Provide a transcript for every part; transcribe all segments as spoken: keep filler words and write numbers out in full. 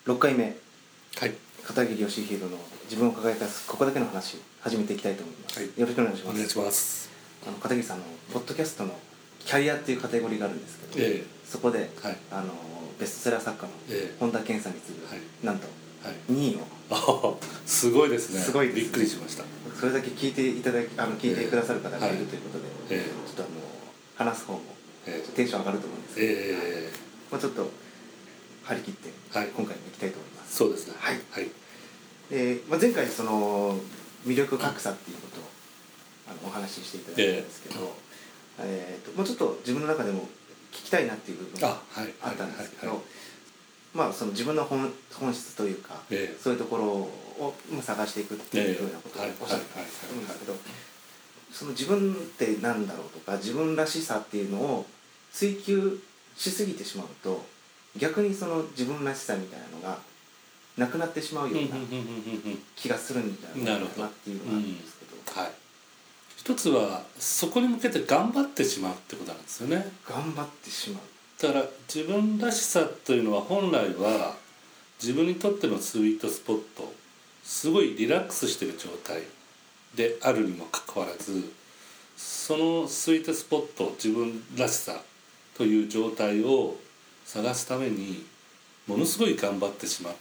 ろっかいめ、 はい、 片桐義弘の自分を輝かすここだけの話始めていきたいと思います、はい、よろしくお願いします。 お願いします。 あの片桐さんのポッドキャストのキャリアっていうカテゴリーがあるんですけど、えー、そこで、はい、あのベストセラー作家の本田健さんに次ぐ、はい、なんとにいを、 はい、すごいですね。 すごいですね。 びっくりしました。 それだけ聞いていただきあの聞いてくださる方がいるということで、 えー、 ちょっとあの話す方もテンション上がると思うんですけど、えーまあ、ちょっと張り切って今回も行きたいと思います。 そうですね。 はい。 はい。 えーまあ、前回その魅力格差っていうことをあのお話ししていただいたんですけど、えー、えーともうちょっと自分の中でも聞きたいなっていう部分があったんですけど、まあその自分の 本, 本質というか、えー、そういうところを探していくっていうふうなことをおっしゃってたと思うんですけど、その自分って何だろうとか自分らしさっていうのを追求しすぎてしまうと逆にその自分らしさみたいなのがなくなってしまうような気がするんじゃないかなっていうのがあるんですけど、 うん、はい、一つはそこに向けて頑張ってしまうってことなんですよね。 頑張ってしまう。 だから自分らしさというのは本来は自分にとってのスイートスポット、すごいリラックスしている状態であるにもかかわらず、そのスイートスポット、自分らしさという状態を探すためにものすごい頑張ってしまって、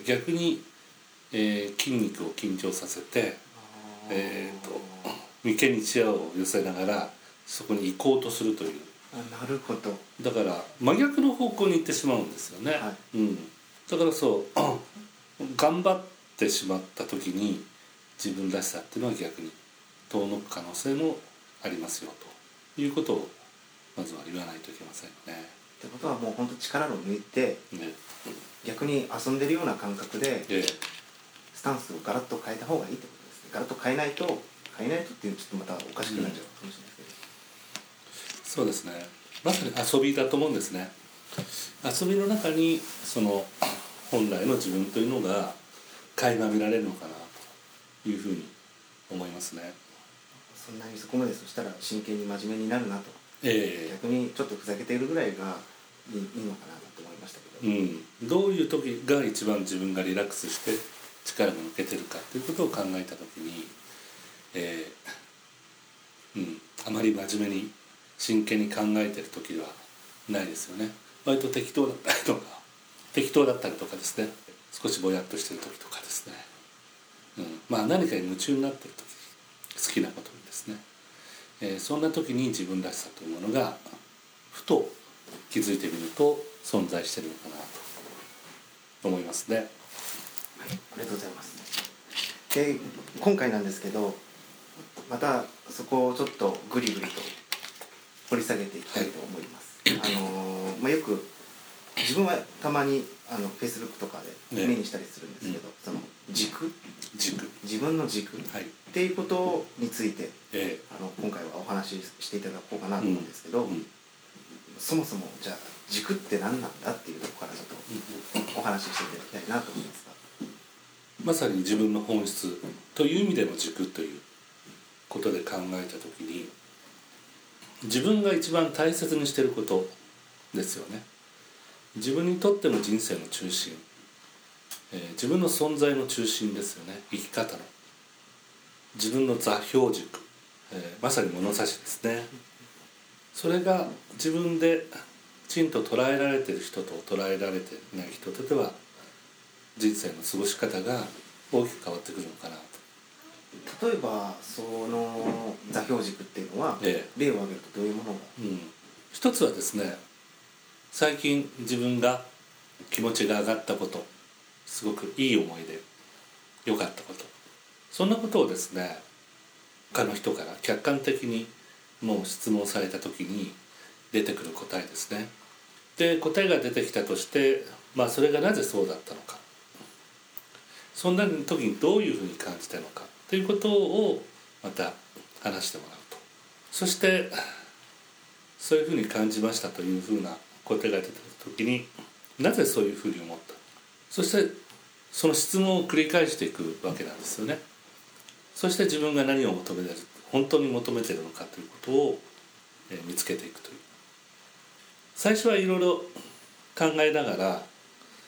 逆に、えー、筋肉を緊張させて、えー、と眉間にチヤを寄せながらそこに行こうとするという。 あ、なるほど。 だから真逆の方向に行ってしまうんですよね、はい、うん、だからそう頑張ってしまった時に自分らしさっていうのは逆に遠のく可能性もありますよということをまずは言わないといけませんよね。 ってことはもう本当力を抜いて、ね、逆に遊んでるような感覚で、ええ、スタンスをガラッと変えた方がいいってことですね。ガラッと変えないと変えないとっていうのはちょっとまたおかしくなっちゃうかもしれないですけど、 うん、そうですね。まさに遊びだと思うんですね。遊びの中にその本来の自分というのが垣間見られるのかなというふうに思いますね。 そんなにそこまでそしたら真剣に真面目になるなと、 えー、 逆にちょっとふざけているぐらいがいい、いいのかなと思いましたけど、 うん、どういう時が一番自分がリラックスして力が抜けてるかということを考えた時に、えーうん、あまり真面目に真剣に考えてる時ではないですよね。割と適当だったりとか適当だったりとかですね、少しぼやっとしてる時とかですね、うん、まあ何かに夢中になってる時、好きなことにですね、えー、そんな時に自分らしさというものがふと気づいてみると存在してるのかなと思いますね。はい、 ありがとうございます。で今回なんですけど、またそこをちょっとグリグリと掘り下げていきたいと思います。はい、あのーまあ、よく自分はたまにあの Facebook とかで目にしたりするんですけど、ね、その軸軸自分の軸、はい、っていうことについて、えー、あの今回はお話ししていただこうかなと思うんですけど、うんうん、そもそもじゃあ軸って何なんだっていうところからちょっとお話ししていただきたいなと思いますが、 まさに自分の本質という意味での軸ということで考えたときに、自分が一番大切にしていることですよね。自分にとっての人生の中心、えー、自分の存在の中心ですよね。生き方の自分の座標軸、えー、まさに物差しですね。それが自分できちんと捉えられている人と捉えられていない人とでは人生の過ごし方が大きく変わってくるのかなと。例えばその座標軸っていうのは、ええ、例を挙げるとどういうものが、 うん、一つはですね、最近自分が気持ちが上がったこと、すごくいい思い出、良かったこと、そんなことをですね、他の人から客観的にもう質問された時に出てくる答えですね。で答えが出てきたとして、まあそれがなぜそうだったのか、そんな時にどういうふうに感じたのかということをまた話してもらうと、そしてそういうふうに感じましたというふうな答えが出た時になぜそういうふうに思った、そしてその質問を繰り返していくわけなんですよね。そして自分が何を求めてる、本当に求めているのかということを見つけていくという。最初はいろいろ考えながら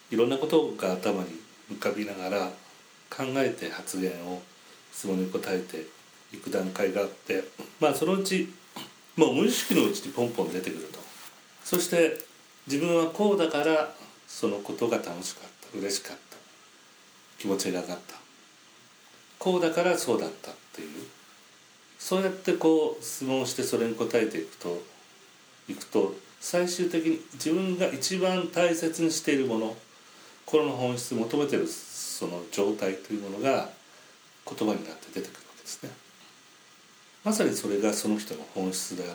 いろんなことが頭に浮かびながら考えて発言を質問に答えていく段階があって、まあそのうちもう無意識のうちにポンポン出てくると。そして自分はこうだからそのことが楽しかった嬉しかった気持ちが上がったこうだからそうだったっていう、そうやってこう質問してそれに答えていくといくと最終的に自分が一番大切にしているもの、心の本質求めているその状態というものが言葉になって出てくるわけですね。まさにそれがその人の本質であって、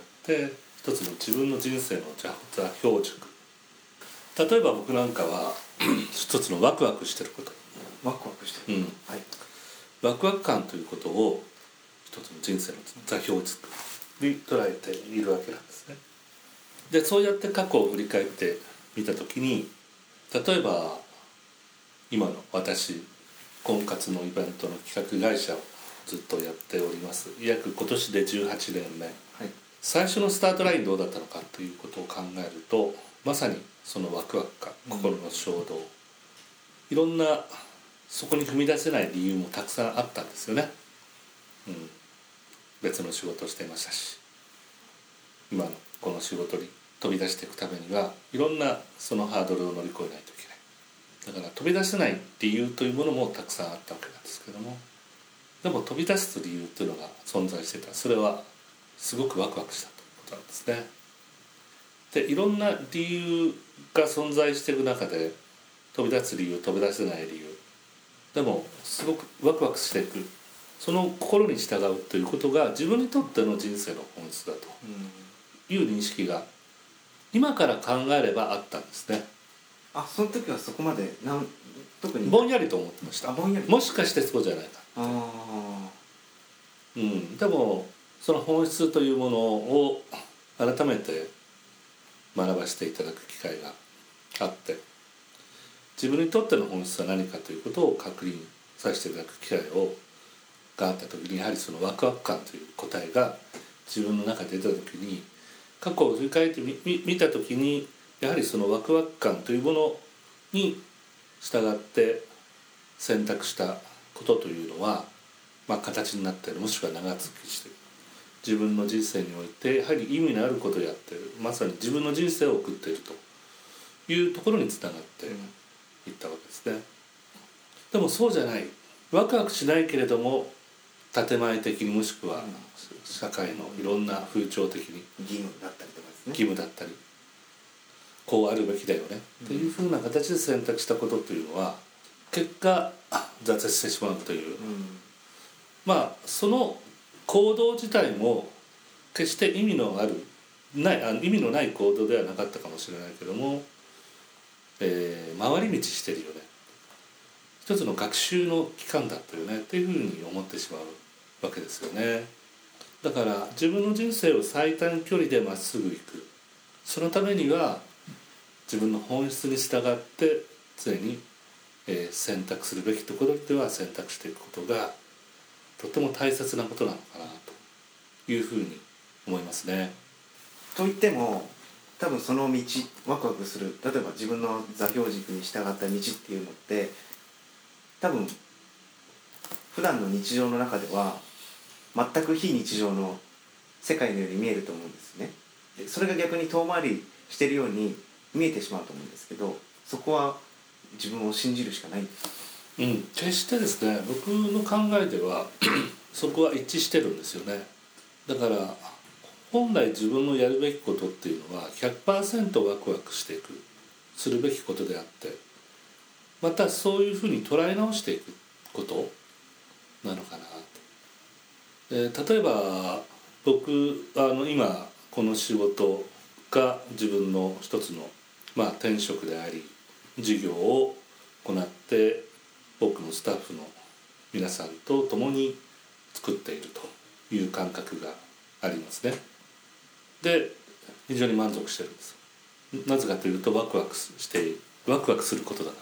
一つの自分の人生の座標軸。例えば僕なんかは一つのワクワクしてること、 ワクワクしてる、 うんはい、 ワクワク感ということを一つの人生の座標軸に捉えているわけなんですね。でそうやって過去を振り返ってみたときに、例えば今の私婚活のイベントの企画会社をずっとやっております。約今年でじゅうはちねんめ、はい、最初のスタートラインどうだったのかということを考えると、まさにそのワクワク感、心の衝動、うん、いろんなそこに踏み出せない理由もたくさんあったんですよね、うん、別の仕事をしていましたし、今のこの仕事に飛び出していくためにはいろんなそのハードルを乗り越えないといけない。だから飛び出せない理由というものもたくさんあったわけなんですけども、でも飛び出す理由というのが存在していた。それはすごくワクワクしたということなんですね。でいろんな理由が存在していく中で、飛び出す理由飛び出せない理由でもすごくワクワクしていく、その心に従うということが自分にとっての人生の本質だという認識が今から考えればあったんですね。 あ、その時はそこまでなん特にぼんやりと思ってました。 あ、ぼんやり。 もしかしてそうじゃないか。 あ、 うん、でもその本質というものを改めて学ばせていただく機会があって、自分にとっての本質は何かということを確認させていただく機会をがあった時に、やはりそのワクワク感という答えが自分の中で出た時に、過去を振り返って み, 見た時にやはりそのワクワク感というものに従って選択したことというのは、まあ、形になっている、もしくは長続きしている、自分の人生においてやはり意味のあることをやっている、まさに自分の人生を送っているというところにつながっていったわけですね。でもそうじゃない、ワクワクしないけれども建前的に、もしくは社会のいろんな風潮的に義務だったりとかですね、 義務だったりこうあるべきだよねっていうふうな形で選択したことというのは結果挫折してしまうという、うん、まあその行動自体も決して意味のあるないあ意味のない行動ではなかったかもしれないけども、えー、回り道してるよね、一つの学習の期間だったよねっていうふうに思ってしまうわけですよね。だから自分の人生を最短距離でまっすぐ行く、そのためには自分の本質に従って常に、えー、選択するべきところでは選択していくことがとても大切なことなのかなというふうに思いますね。 といっても多分その道、ワクワクする、例えば自分の座標軸に従った道っていうのって多分普段の日常の中では全く非日常の世界のように見えると思うんですね。でそれが逆に遠回りしているように見えてしまうと思うんですけど、そこは自分を信じるしかない。 うん、決してですね、僕の考えではそこは一致してるんですよね。だから本来自分のやるべきことっていうのは ひゃくパーセント ワクワクしていくするべきことであって、またそういうふうに捉え直していくことなのかなと。えー、例えば僕あの今この仕事が自分の一つの、まあ、転職であり事業を行って多くのスタッフの皆さんと共に作っているという感覚がありますね。で非常に満足してるんです。なぜかというとワクワクしてワクワクすることだから。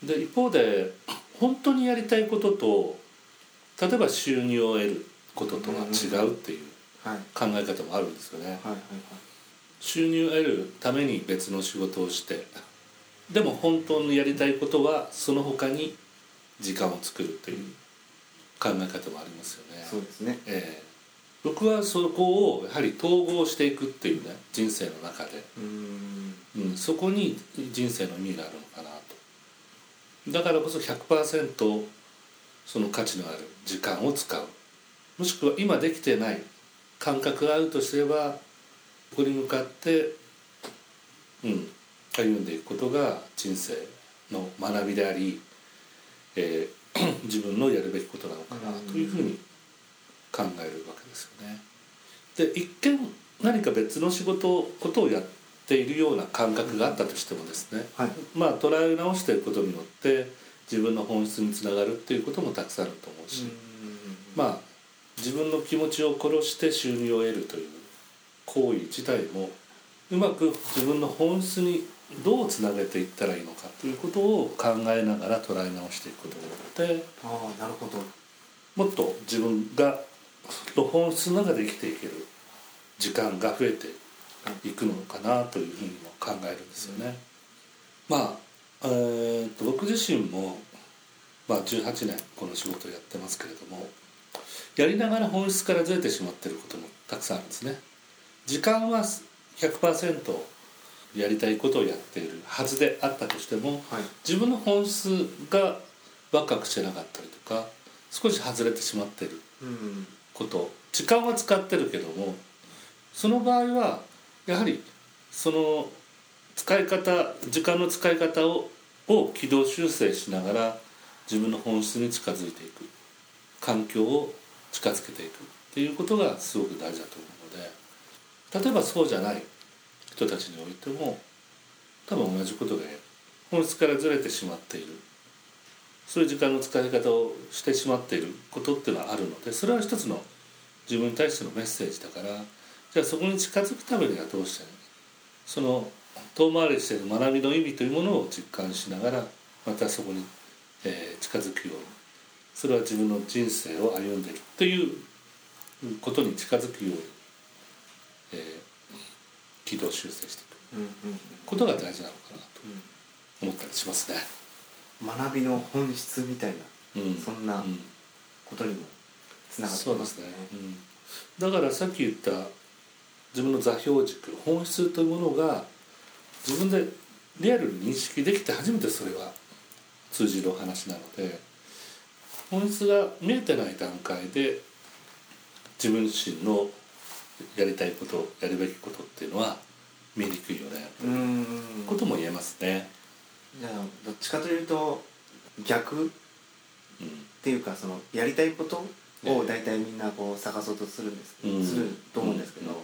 で一方で本当にやりたいことと例えば収入を得ることとは違うっていう考え方もあるんですよね。収入を得るために別の仕事をしてでも本当にやりたいことはその他に時間を作るという考え方もありますよね。 そうですね、 えー、僕はそこをやはり統合していくっていうね、人生の中でうん、 うん、そこに人生の意味があるのかなと。だからこそ ひゃくパーセント その価値のある時間を使う、もしくは今できてない感覚があるとすればここに向かって、うん、歩んでいくことが人生の学びであり、えー、自分のやるべきことなのかなというふうに考えるわけですよね。で一見何か別の仕事ことをやっているような感覚があったとしてもですね、 はい、 まあ捉え直していくことによって自分の本質につながるっていうこともたくさんあると思うし、まあ自分の気持ちを殺して収入を得るという行為自体もうまく自分の本質にどうつなげていったらいいのかということを考えながら捉え直していくことによって、 ああなるほど、 もっと自分が本質の中で生きていける時間が増えていくのかなというふうにも考えるんですよね。うん、まあ、えー、と僕自身も、まあ、じゅうはちねんこの仕事をやってますけれども、やりながら本質からずれてしまっていることもたくさんあるんですね。時間は ひゃくパーセント やりたいことをやっているはずであったとしても、 はい、 自分の本質がワクワクしてなかったりとか少し外れてしまっていること、うん、時間は使ってるけどもその場合はやはりその使い方時間の使い方をを軌道修正しながら自分の本質に近づいていく、環境を近づけていくっていうことがすごく大事だと思うので、例えばそうじゃない人たちにおいても多分同じことで本質からずれてしまっている、そういう時間の使い方をしてしまっていることっていうのはあるので、それは一つの自分に対してのメッセージだから、じゃあそこに近づくためにはどうしてその遠回りしている学びの意味というものを実感しながらまたそこに、えー、近づくように、それは自分の人生を歩んでいるということに近づくように、えー、軌道修正していくことが大事なのかなと思ったりしますね。 学びの本質みたいな、うん、そんなことにもつながってますね。 そうですね、うん、だからさっき言った自分の座標軸、本質というものが自分でリアルに認識できて初めてそれは通じるお話なので、本質が見えてない段階で自分自身のやりたいことやるべきことっていうのは見えにくいよねということも言えますね。 じゃあどっちかというと逆っていうか、そのやりたいことを大体みんなこう探そうとするんですけど、うん、すると思うんですけど、うん、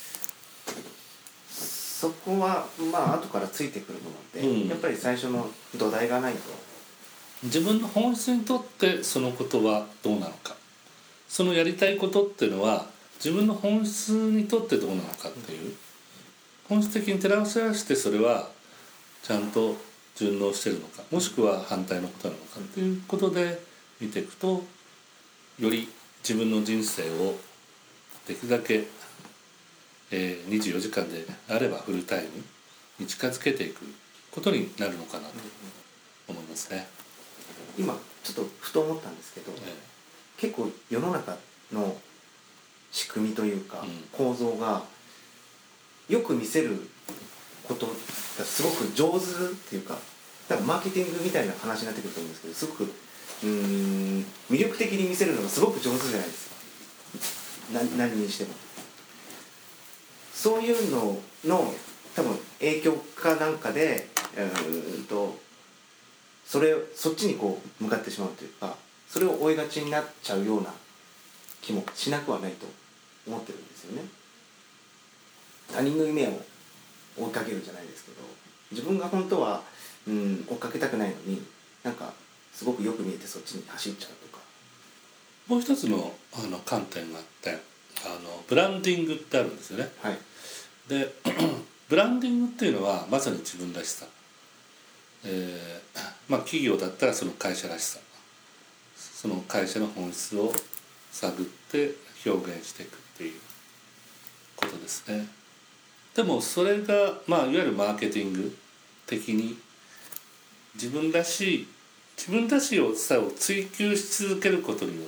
そこはまあ後からついてくるもので、うん、やっぱり最初の土台がないと。 自分の本質にとってそのことはどうなのか、そのやりたいことっていうのは自分の本質にとってどうなのかっていう、うん、本質的に照らし合わせてそれはちゃんと順応してるのか、もしくは反対のことなのかっていうことで見ていくと、より自分の人生をできるだけ、えー、にじゅうよじかんであればフルタイムに近づけていくことになるのかなと思いますね。 今ちょっとふと思ったんですけど、えー、結構世の中の仕組みというか、うん、構造がよく見せることがすごく上手っていうか、多分マーケティングみたいな話になってくると思うんですけど、すごくうーん魅力的に見せるのがすごく上手じゃないですか。何, 何にしてもそういうのの多分影響かなんかでうーんとそれそっちにこう向かってしまうというか、それを追いがちになっちゃうような気もしなくはないと思ってるんですよね。他人の夢を追いかけるじゃないですけど、自分が本当は、うん、追っかけたくないのになんかすごくよく見えてそっちに走っちゃうとか。 もう一つの、あの観点があって、あのブランディングってあるんですよね。 はい、 でブランディングっていうのはまさに自分らしさ、えーまあ、企業だったらその会社らしさ、その会社の本質を探って表現していくっていうことですね。でもそれが、まあ、いわゆるマーケティング的に自分らしい自分らしいさを追求し続けることによって、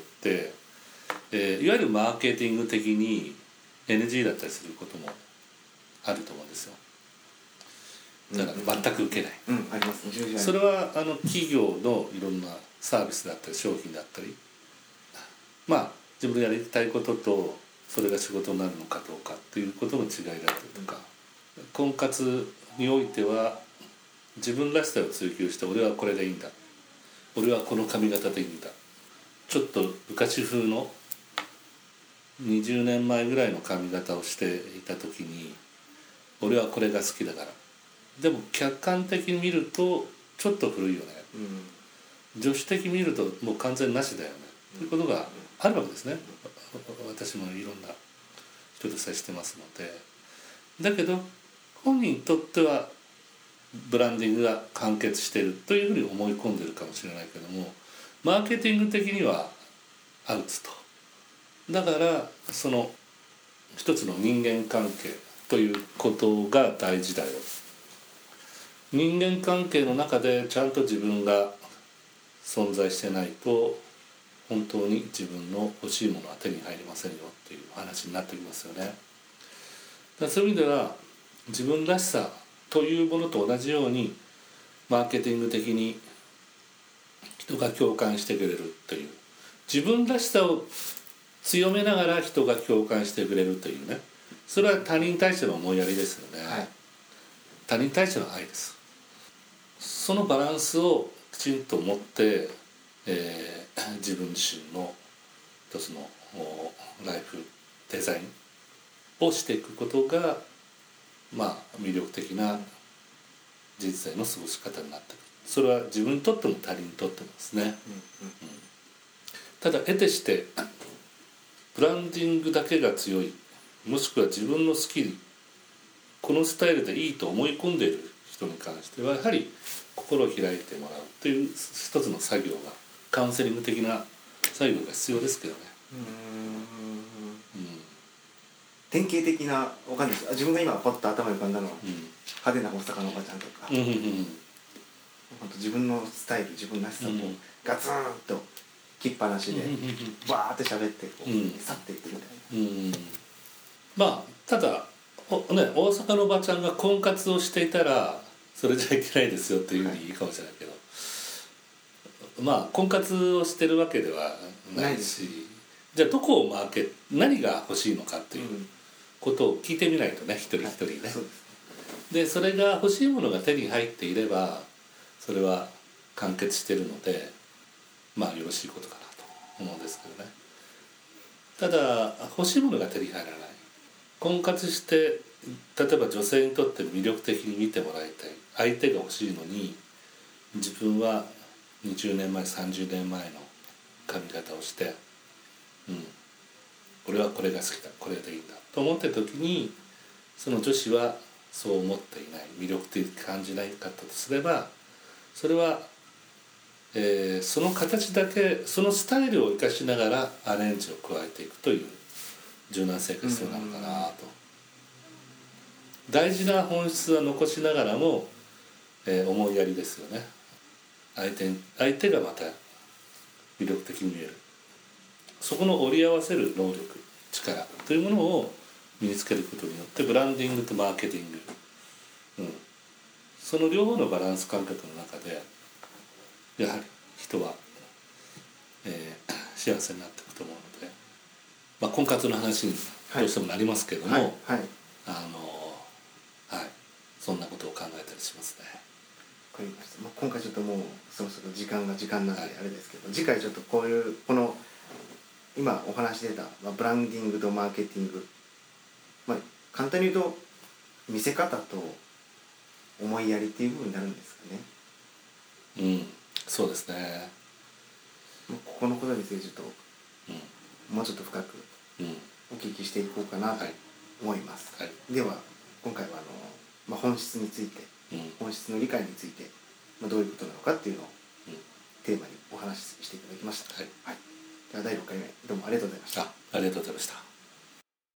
えー、いわゆるマーケティング的に エヌジー だったりすることもあると思うんですよ。だから全く受けない、 うんうん、ありますね。 それはあの企業のいろんなサービスだったり商品だったり、まあ自分でやりたいこととそれが仕事になるのかどうかっていうことの違いだったりとか、婚活においては自分らしさを追求して、俺はこれでいいんだ、俺はこの髪型でいいんだ、ちょっと昔風のにじゅうねんまえぐらいの髪型をしていた時に俺はこれが好きだから、でも客観的に見るとちょっと古いよね、うん、助手的に見るともう完全なしだよね、うん、ということがあるわけですね、うん、私もいろんな人と接してますので。だけど本人にとってはブランディングが完結しているというふうに思い込んでるかもしれないけども、マーケティング的にはアウツと。だからその一つの人間関係ということが大事だよ。人間関係の中でちゃんと自分が存在してないと本当に自分の欲しいものは手に入りませんよっていう話になってきますよね。だからそういう意味では自分らしさというものと同じようにマーケティング的に人が共感してくれるという、自分らしさを強めながら人が共感してくれるというね、それは他人に対しての思いやりですよね、はい、他人に対しての愛です。そのバランスをきちんと持って、えー、自分自身の一つのライフデザインをしていくことがまあ魅力的な人生の過ごし方になってくる。それは自分にとっても他人にとってもですね、うんうんうん、ただ得てしてブランディングだけが強い、もしくは自分の好きこのスタイルでいいと思い込んでいる人に関してはやはり心を開いてもらうという一つの作業がカウンセリング的な作業が必要ですけどね。うーん、 うん、典型的なわかんないです。自分が今ポッと頭に浮かんだのは、うん、派手な大阪のおばちゃんとか、うんうんうん、本当自分のスタイル自分らしさをガツンと切っぱなしでバーって喋ってこう、うん、去っていくみたいな、うん、 まあただお、ね、大阪のおばちゃんが婚活をしていたらそれじゃいけないですよっていうふうにいいかもしれないけど、はい、まあ婚活をしてるわけではないし、じゃあどこをマーケ何が欲しいのかっていうことを聞いてみないとね、一人一人ね、はい、そうです。でそれが欲しいものが手に入っていればそれは完結しているのでまあよろしいことかなと思うんですけどね。ただ欲しいものが手に入らない、婚活して例えば女性にとって魅力的に見てもらいたい、相手が欲しいのに自分はにじゅうねんまえさんじゅうねんまえの髪型をして、うん、俺はこれが好きだ、これでいいんだと思ってる時にその女子はそう思っていない、魅力的に感じないかったとすれば、それは、えー、その形だけそのスタイルを生かしながらアレンジを加えていくという柔軟性が必要なのかなと。大事な本質は残しながらも、えー、思いやりですよね。相手相手がまた魅力的に見える、そこの折り合わせる能力、力というものを身につけることによってブランディングとマーケティング、うん、その両方のバランス感覚の中でやはり人は、えー、幸せになっていくと思うので、まあ、婚活の話にどうしてもなりますけども、はいはいはい、あのはい、そんなことを考えたりしますね。 わかりました。まあ、今回ちょっともうそろそろ時間が時間なんであれですけど、はい、次回ちょっとこういうこの今お話出た、まあ、ブランディングとマーケティング、まあ、簡単に言うと見せ方と思いやりっていう部分になるんですかね。 うん、そうですね。 ここのことについてちょっと、うん、もうちょっと深くお聞きしていこうかなと思います、はいはい、では今回はあの、まあ、本質について、うん、本質の理解について、まあ、どういうことなのかっていうのを、うん、テーマにお話ししていただきました、はいはい、ではだいろっかいめどうもありがとうございました。 あ、ありがとうございました。